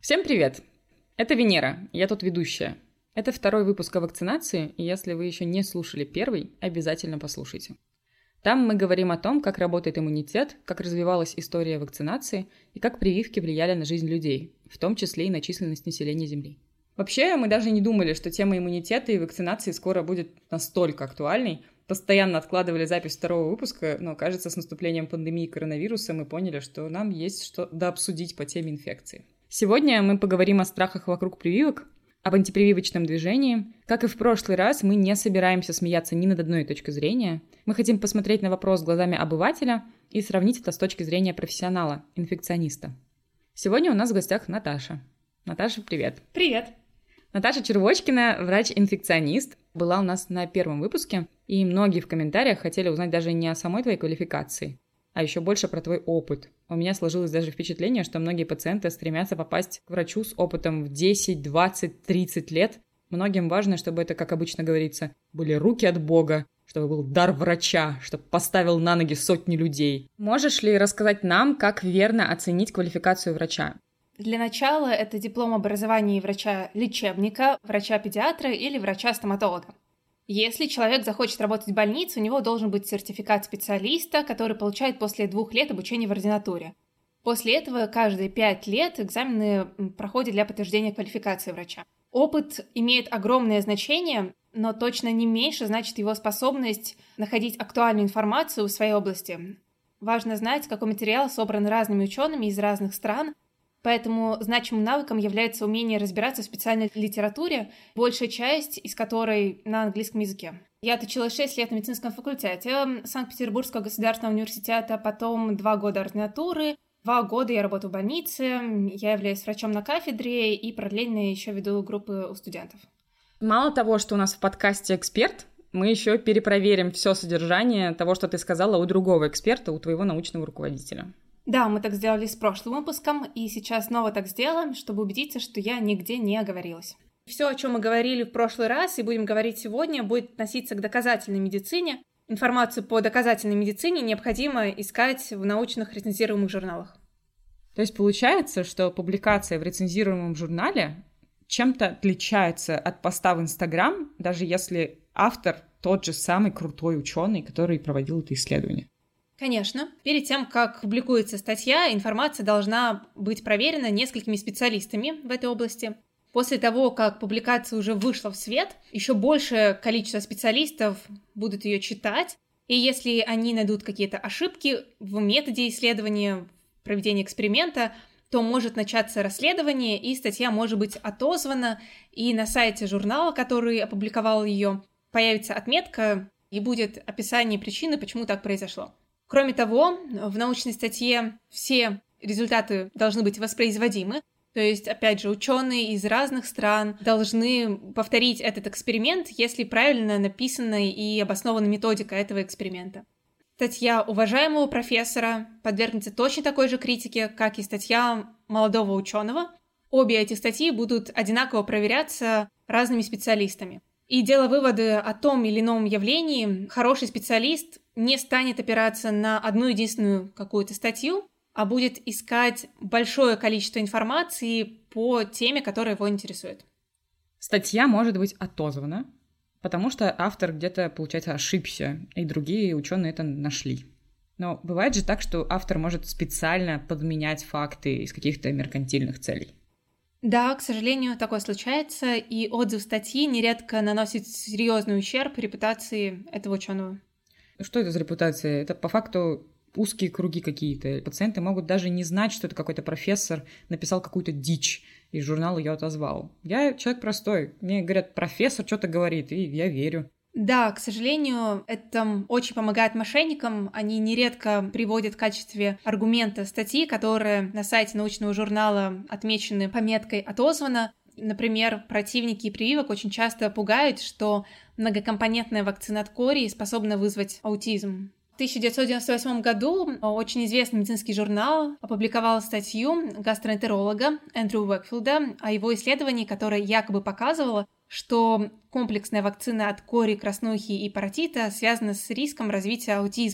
Всем привет! Это Венера, я тут ведущая. Это второй выпуск о вакцинации, и если вы еще не слушали первый, обязательно послушайте. Там мы говорим о том, как работает иммунитет, как развивалась история вакцинации и как прививки влияли на жизнь людей, в том числе и на численность населения Земли. Вообще, мы даже не думали, что тема иммунитета и вакцинации скоро будет настолько актуальной. Постоянно откладывали запись второго выпуска, но, кажется, с наступлением пандемии коронавируса мы поняли, что нам есть что дообсудить по теме инфекции. Сегодня мы поговорим о страхах вокруг прививок, об антипрививочном движении. Как и в прошлый раз, мы не собираемся смеяться ни над одной точкой зрения. Мы хотим посмотреть на вопрос глазами обывателя и сравнить это с точки зрения профессионала, инфекциониста. Сегодня у нас в гостях Наташа. Наташа, привет. Привет. Наташа Червочкина, врач-инфекционист, была у нас на первом выпуске, и многие в комментариях хотели узнать даже не о самой твоей квалификации, а еще больше про твой опыт. У меня сложилось даже впечатление, что многие пациенты стремятся попасть к врачу с опытом в 10, 20, 30 лет. Многим важно, чтобы это, как обычно говорится, были руки от Бога, чтобы был дар врача, чтобы поставил на ноги сотни людей. Можешь ли рассказать нам, как верно оценить квалификацию врача? Для начала это диплом образования врача-лечебника, врача-педиатра или врача-стоматолога. Если человек захочет работать в больнице, у него должен быть сертификат специалиста, который получает после 2 лет обучения в ординатуре. После этого каждые 5 лет экзамены проходят для подтверждения квалификации врача. Опыт имеет огромное значение, но точно не меньше значит его способность находить актуальную информацию в своей области. Важно знать, какой материал собран разными учеными из разных стран. Поэтому значимым навыком является умение разбираться в специальной литературе, большая часть из которой на английском языке. Я отучилась 6 лет на медицинском факультете Санкт-Петербургского государственного университета, потом 2 года ординатуры, 2 года я работаю в больнице, я являюсь врачом на кафедре и параллельно еще веду группы у студентов. Мало того, что у нас в подкасте эксперт, мы еще перепроверим все содержание того, что ты сказала, у другого эксперта, у твоего научного руководителя. Да, мы так сделали с прошлым выпуском, и сейчас снова так сделаем, чтобы убедиться, что я нигде не оговорилась. Все, о чем мы говорили в прошлый раз и будем говорить сегодня, будет относиться к доказательной медицине. Информацию по доказательной медицине необходимо искать в научных рецензируемых журналах. То есть получается, что публикация в рецензируемом журнале чем-то отличается от поста в Инстаграм, даже если автор тот же самый крутой ученый, который проводил это исследование. Конечно. Перед тем, как публикуется статья, информация должна быть проверена несколькими специалистами в этой области. После того, как публикация уже вышла в свет, еще большее количество специалистов будут ее читать, и если они найдут какие-то ошибки в методе исследования, в проведении эксперимента, то может начаться расследование, и статья может быть отозвана, и на сайте журнала, который опубликовал ее, появится отметка, и будет описание причины, почему так произошло. Кроме того, в научной статье все результаты должны быть воспроизводимы, то есть, опять же, ученые из разных стран должны повторить этот эксперимент, если правильно написана и обоснована методика этого эксперимента. Статья уважаемого профессора подвергнется точно такой же критике, как и статья молодого ученого. Обе эти статьи будут одинаково проверяться разными специалистами. И делая выводы о том или ином явлении, хороший специалист не станет опираться на одну единственную какую-то статью, а будет искать большое количество информации по теме, которая его интересует. Статья может быть отозвана, потому что автор где-то, получается, ошибся, и другие ученые это нашли. Но бывает же так, что автор может специально подменять факты из каких-то меркантильных целей. Да, к сожалению, такое случается, и отзыв статьи нередко наносит серьезный ущерб репутации этого ученого. Что это за репутация? Это по факту узкие круги какие-то. Пациенты могут даже не знать, что это какой-то профессор написал какую-то дичь, и журнал ее отозвал. Я человек простой. Мне говорят, профессор что-то говорит, и я верю. Да, к сожалению, это очень помогает мошенникам. Они нередко приводят в качестве аргумента статьи, которые на сайте научного журнала отмечены пометкой «отозвано». Например, противники прививок очень часто пугают, что многокомпонентная вакцина от кори способна вызвать аутизм. В 1998 году очень известный медицинский журнал опубликовал статью гастроэнтеролога Эндрю Уэкфилда о его исследовании, которое якобы показывало, что комплексная вакцина от кори, краснухи и паротита связана с риском развития аутизма.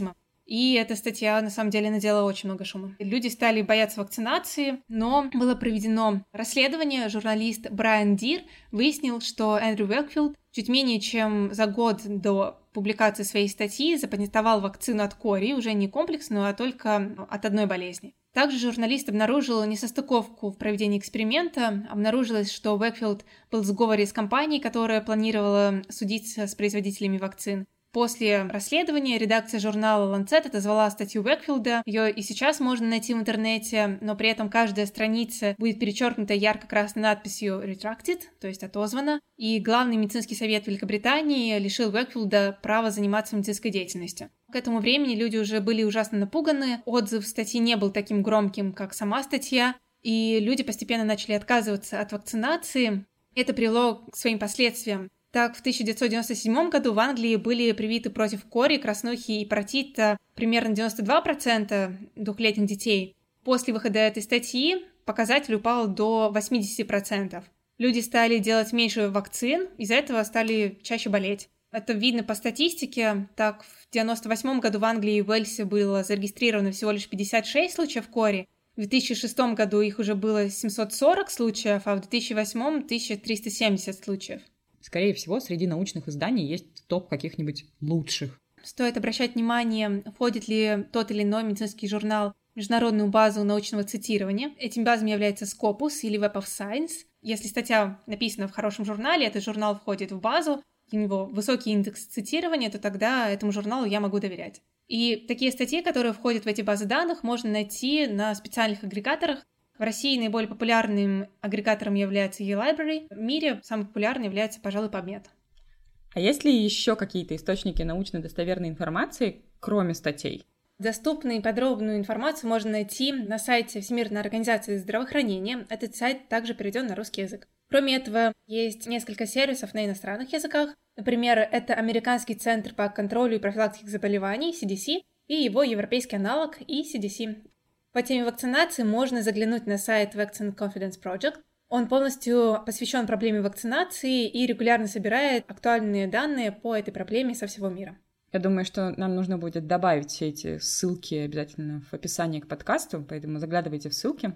И эта статья, на самом деле, наделала очень много шума. Люди стали бояться вакцинации, но было проведено расследование. Журналист Брайан Дир выяснил, что Эндрю Уэкфилд чуть менее чем за год до публикации своей статьи запатентовал вакцину от кори, уже не комплексную, а только от одной болезни. Также журналист обнаружил несостыковку в проведении эксперимента. Обнаружилось, что Уэкфилд был в сговоре с компанией, которая планировала судиться с производителями вакцин. После расследования редакция журнала Lancet отозвала статью Уэкфилда. Ее и сейчас можно найти в интернете, но при этом каждая страница будет перечеркнута ярко-красной надписью «Retracted», то есть отозвана. И главный медицинский совет Великобритании лишил Уэкфилда права заниматься медицинской деятельностью. К этому времени люди уже были ужасно напуганы. Отзыв статьи не был таким громким, как сама статья, и люди постепенно начали отказываться от вакцинации. Это привело к своим последствиям. Так, в 1997 году в Англии были привиты против кори, краснухи и паротита примерно 92% двухлетних детей. После выхода этой статьи показатель упал до 80%. Люди стали делать меньше вакцин, из-за этого стали чаще болеть. Это видно по статистике. Так, в 1998 году в Англии и Уэльсе было зарегистрировано всего лишь 56 случаев кори. В 2006 году их уже было 740 случаев, а в 2008 – 1370 случаев. Скорее всего, среди научных изданий есть топ каких-нибудь лучших. Стоит обращать внимание, входит ли тот или иной медицинский журнал в международную базу научного цитирования. Этим базами является Scopus или Web of Science. Если статья написана в хорошем журнале, этот журнал входит в базу, у него высокий индекс цитирования, то тогда этому журналу я могу доверять. И такие статьи, которые входят в эти базы данных, можно найти на специальных агрегаторах. В России наиболее популярным агрегатором является eLibrary. В мире самый популярный является, пожалуй, PubMed. А есть ли еще какие-то источники научно достоверной информации, кроме статей? Доступную и подробную информацию можно найти на сайте Всемирной организации здравоохранения. Этот сайт также переведен на русский язык. Кроме этого, есть несколько сервисов на иностранных языках. Например, это Американский центр по контролю и профилактике заболеваний, CDC, и его европейский аналог, ECDC. По теме вакцинации можно заглянуть на сайт Vaccine Confidence Project. Он полностью посвящен проблеме вакцинации и регулярно собирает актуальные данные по этой проблеме со всего мира. Я думаю, что нам нужно будет добавить все эти ссылки обязательно в описании к подкасту, поэтому заглядывайте в ссылки.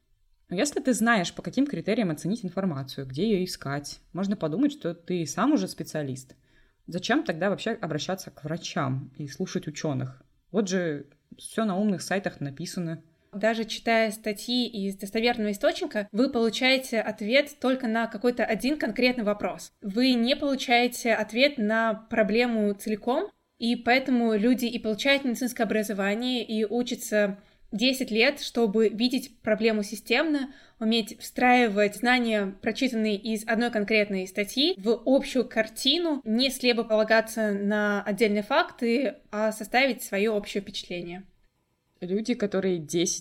Но если ты знаешь, по каким критериям оценить информацию, где ее искать, можно подумать, что ты сам уже специалист. Зачем тогда вообще обращаться к врачам и слушать ученых? Вот же все на умных сайтах написано. Даже читая статьи из достоверного источника, вы получаете ответ только на какой-то один конкретный вопрос. Вы не получаете ответ на проблему целиком, и поэтому люди и получают медицинское образование, и учатся 10 лет, чтобы видеть проблему системно, уметь встраивать знания, прочитанные из одной конкретной статьи, в общую картину, не слепо полагаться на отдельные факты, а составить свое общее впечатление. Люди, которые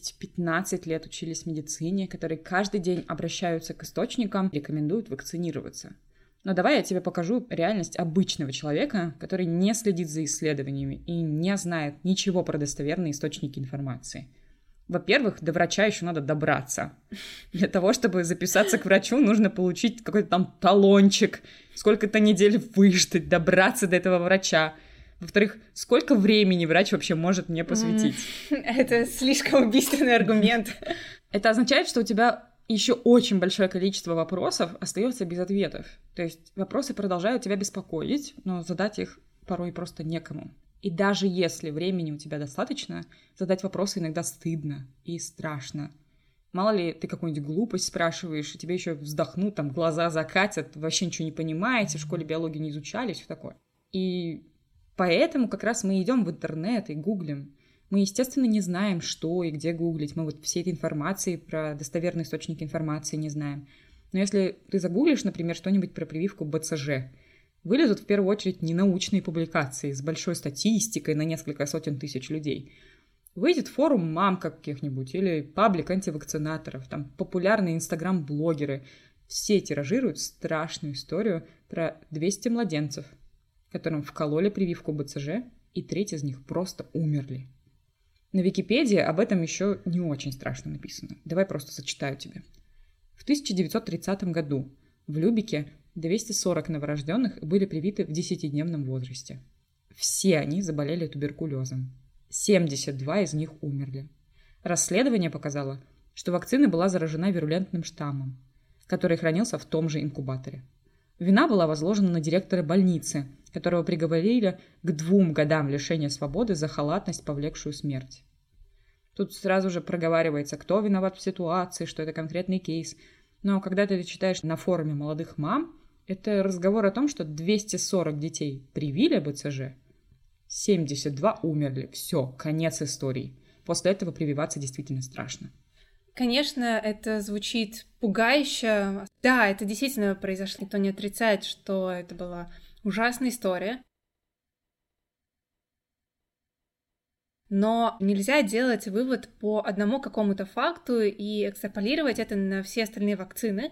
10-15 лет учились в медицине, которые каждый день обращаются к источникам, рекомендуют вакцинироваться. Но давай я тебе покажу реальность обычного человека, который не следит за исследованиями и не знает ничего про достоверные источники информации. Во-первых, до врача еще надо добраться. Для того, чтобы записаться к врачу, нужно получить какой-то там талончик, сколько-то недель выждать, добраться до этого врача. Во-вторых, сколько времени врач вообще может мне посвятить? Это слишком убийственный аргумент. Это означает, что у тебя еще очень большое количество вопросов остается без ответов. То есть вопросы продолжают тебя беспокоить, но задать их порой просто некому. И даже если времени у тебя достаточно, задать вопросы иногда стыдно и страшно. Мало ли ты какую-нибудь глупость спрашиваешь, и тебе еще вздохнут, там глаза закатят, вообще ничего не понимаете, в школе биологию не изучали, все такое. И поэтому как раз мы идем в интернет и гуглим. Мы, естественно, не знаем, что и где гуглить. Мы вот всей этой информации про достоверные источники информации не знаем. Но если ты загуглишь, например, что-нибудь про прививку БЦЖ, вылезут в первую очередь ненаучные публикации с большой статистикой на несколько сотен тысяч людей. Выйдет форум мам каких-нибудь или паблик антивакцинаторов, там популярные инстаграм-блогеры. Все тиражируют страшную историю про 200 младенцев, которым вкололи прививку БЦЖ, и треть из них просто умерли. На Википедии об этом еще не очень страшно написано. Давай просто зачитаю тебе. В 1930 году в Любеке 240 новорожденных были привиты в 10-дневном возрасте. Все они заболели туберкулезом. 72 из них умерли. Расследование показало, что вакцина была заражена вирулентным штаммом, который хранился в том же инкубаторе. Вина была возложена на директора больницы, которого приговорили к 2 годам лишения свободы за халатность, повлекшую смерть. Тут сразу же проговаривается, кто виноват в ситуации, что это конкретный кейс. Но когда ты это читаешь на форуме молодых мам, это разговор о том, что 240 детей привили БЦЖ, 72 умерли. Все, конец истории. После этого прививаться действительно страшно. Конечно, это звучит пугающе. Да, это действительно произошло. Никто не отрицает, что это была ужасная история. Но нельзя делать вывод по одному какому-то факту и экстраполировать это на все остальные вакцины.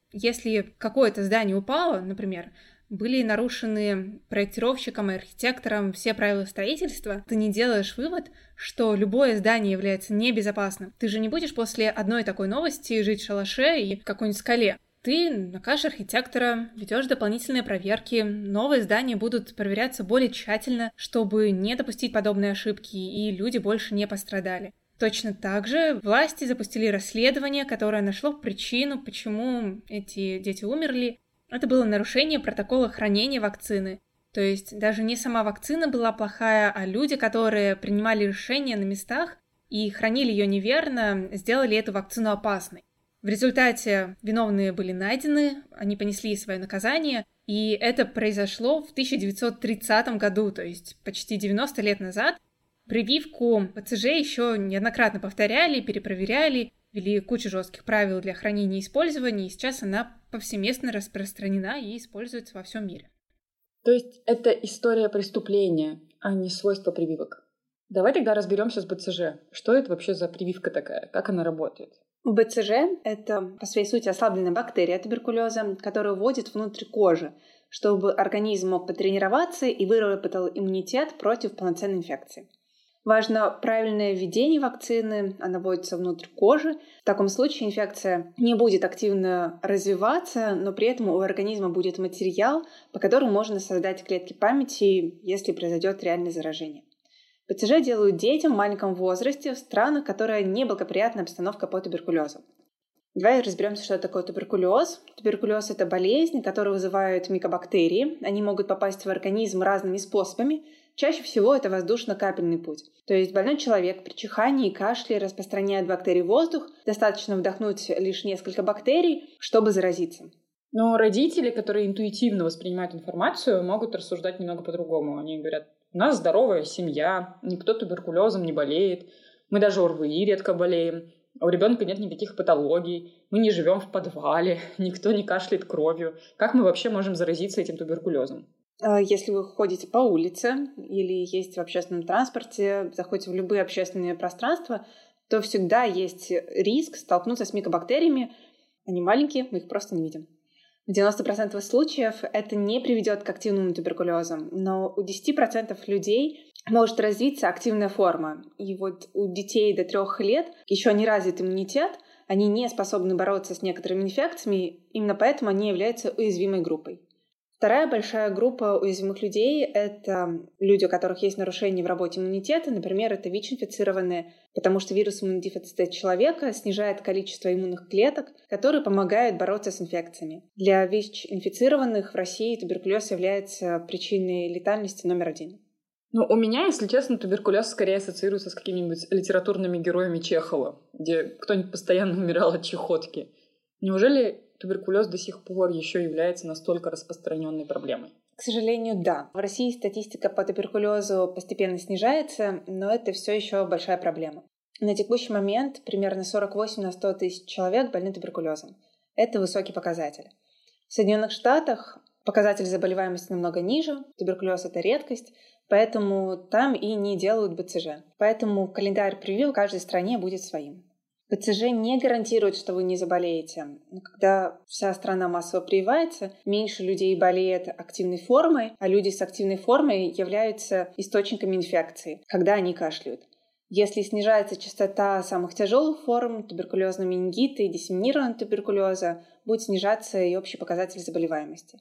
Если какое-то здание упало, например, были нарушены проектировщиком и архитектором все правила строительства, ты не делаешь вывод, что любое здание является небезопасным. Ты же не будешь после одной такой новости жить в шалаше и в какой-нибудь скале. Ты накажешь архитектора, ведешь дополнительные проверки, новые здания будут проверяться более тщательно, чтобы не допустить подобные ошибки и люди больше не пострадали. Точно так же власти запустили расследование, которое нашло причину, почему эти дети умерли. Это было нарушение протокола хранения вакцины. То есть даже не сама вакцина была плохая, а люди, которые принимали решения на местах и хранили ее неверно, сделали эту вакцину опасной. В результате виновные были найдены, они понесли свое наказание, и это произошло в 1930 году, то есть почти 90 лет назад. Прививку БЦЖ еще неоднократно повторяли, перепроверяли, ввели кучу жестких правил для хранения и использования, и сейчас она повсеместно распространена и используется во всем мире. То есть это история преступления, а не свойства прививок. Давай тогда разберемся с БЦЖ. Что это вообще за прививка такая? Как она работает? БЦЖ – это, по своей сути, ослабленная бактерия туберкулеза, которая вводит внутрь кожи, чтобы организм мог потренироваться и выработал иммунитет против полноценной инфекции. Важно правильное введение вакцины, она вводится внутрь кожи. В таком случае инфекция не будет активно развиваться, но при этом у организма будет материал, по которому можно создать клетки памяти, если произойдет реальное заражение. БЦЖ делают детям в маленьком возрасте в странах, которые неблагоприятная обстановка по туберкулезу. Давай разберемся, что такое туберкулез. Туберкулез – это болезнь, которую вызывают микобактерии. Они могут попасть в организм разными способами. Чаще всего это воздушно-капельный путь. То есть больной человек при чихании и кашле распространяет бактерии в воздух. Достаточно вдохнуть лишь несколько бактерий, чтобы заразиться. Но родители, которые интуитивно воспринимают информацию, могут рассуждать немного по-другому. Они говорят, у нас здоровая семья, никто туберкулезом не болеет, мы даже ОРВИ редко болеем, у ребенка нет никаких патологий, мы не живем в подвале, никто не кашляет кровью. Как мы вообще можем заразиться этим туберкулезом? Если вы ходите по улице или есть в общественном транспорте, заходите в любые общественные пространства, то всегда есть риск столкнуться с микобактериями. Они маленькие, мы их просто не видим. В 90% случаев это не приведет к активному туберкулезу, но у 10% людей может развиться активная форма. И вот у детей до 3 лет еще не развит иммунитет, они не способны бороться с некоторыми инфекциями, именно поэтому они являются уязвимой группой. Вторая большая группа уязвимых людей – это люди, у которых есть нарушения в работе иммунитета. Например, это ВИЧ-инфицированные, потому что вирус иммунодефицита человека снижает количество иммунных клеток, которые помогают бороться с инфекциями. Для ВИЧ-инфицированных в России туберкулез является причиной летальности номер 1. Ну, у меня, если честно, туберкулез скорее ассоциируется с какими-нибудь литературными героями Чехова, где кто-нибудь постоянно умирал от чехотки. Неужели туберкулез до сих пор еще является настолько распространенной проблемой? К сожалению, да. В России статистика по туберкулезу постепенно снижается, но это все еще большая проблема. На текущий момент примерно 48 на 100 тысяч человек больны туберкулезом. Это высокий показатель. В Соединенных Штатах показатель заболеваемости намного ниже, туберкулез – это редкость, поэтому там и не делают БЦЖ. Поэтому календарь прививок в каждой стране будет своим. БЦЖ не гарантирует, что вы не заболеете. Но когда вся страна массово прививается, меньше людей болеет активной формой, а люди с активной формой являются источниками инфекции, когда они кашляют. Если снижается частота самых тяжелых форм, туберкулезного менингита и диссеминированного туберкулеза, будет снижаться и общий показатель заболеваемости.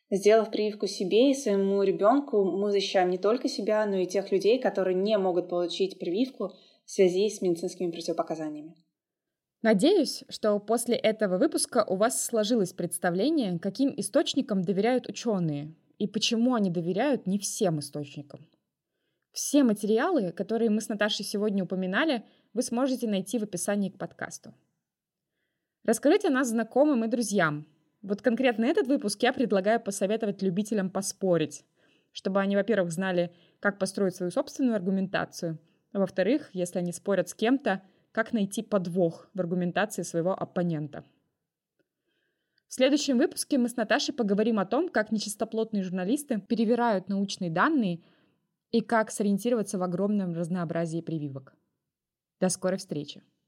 Сделав прививку себе и своему ребенку, мы защищаем не только себя, но и тех людей, которые не могут получить прививку в связи с медицинскими противопоказаниями. Надеюсь, что после этого выпуска у вас сложилось представление, каким источникам доверяют ученые и почему они доверяют не всем источникам. Все материалы, которые мы с Наташей сегодня упоминали, вы сможете найти в описании к подкасту. Расскажите о нас знакомым и друзьям. Вот конкретно этот выпуск я предлагаю посоветовать любителям поспорить, чтобы они, во-первых, знали, как построить свою собственную аргументацию, а во-вторых, если они спорят с кем-то, как найти подвох в аргументации своего оппонента. В следующем выпуске мы с Наташей поговорим о том, как нечистоплотные журналисты перевирают научные данные и как сориентироваться в огромном разнообразии прививок. До скорой встречи!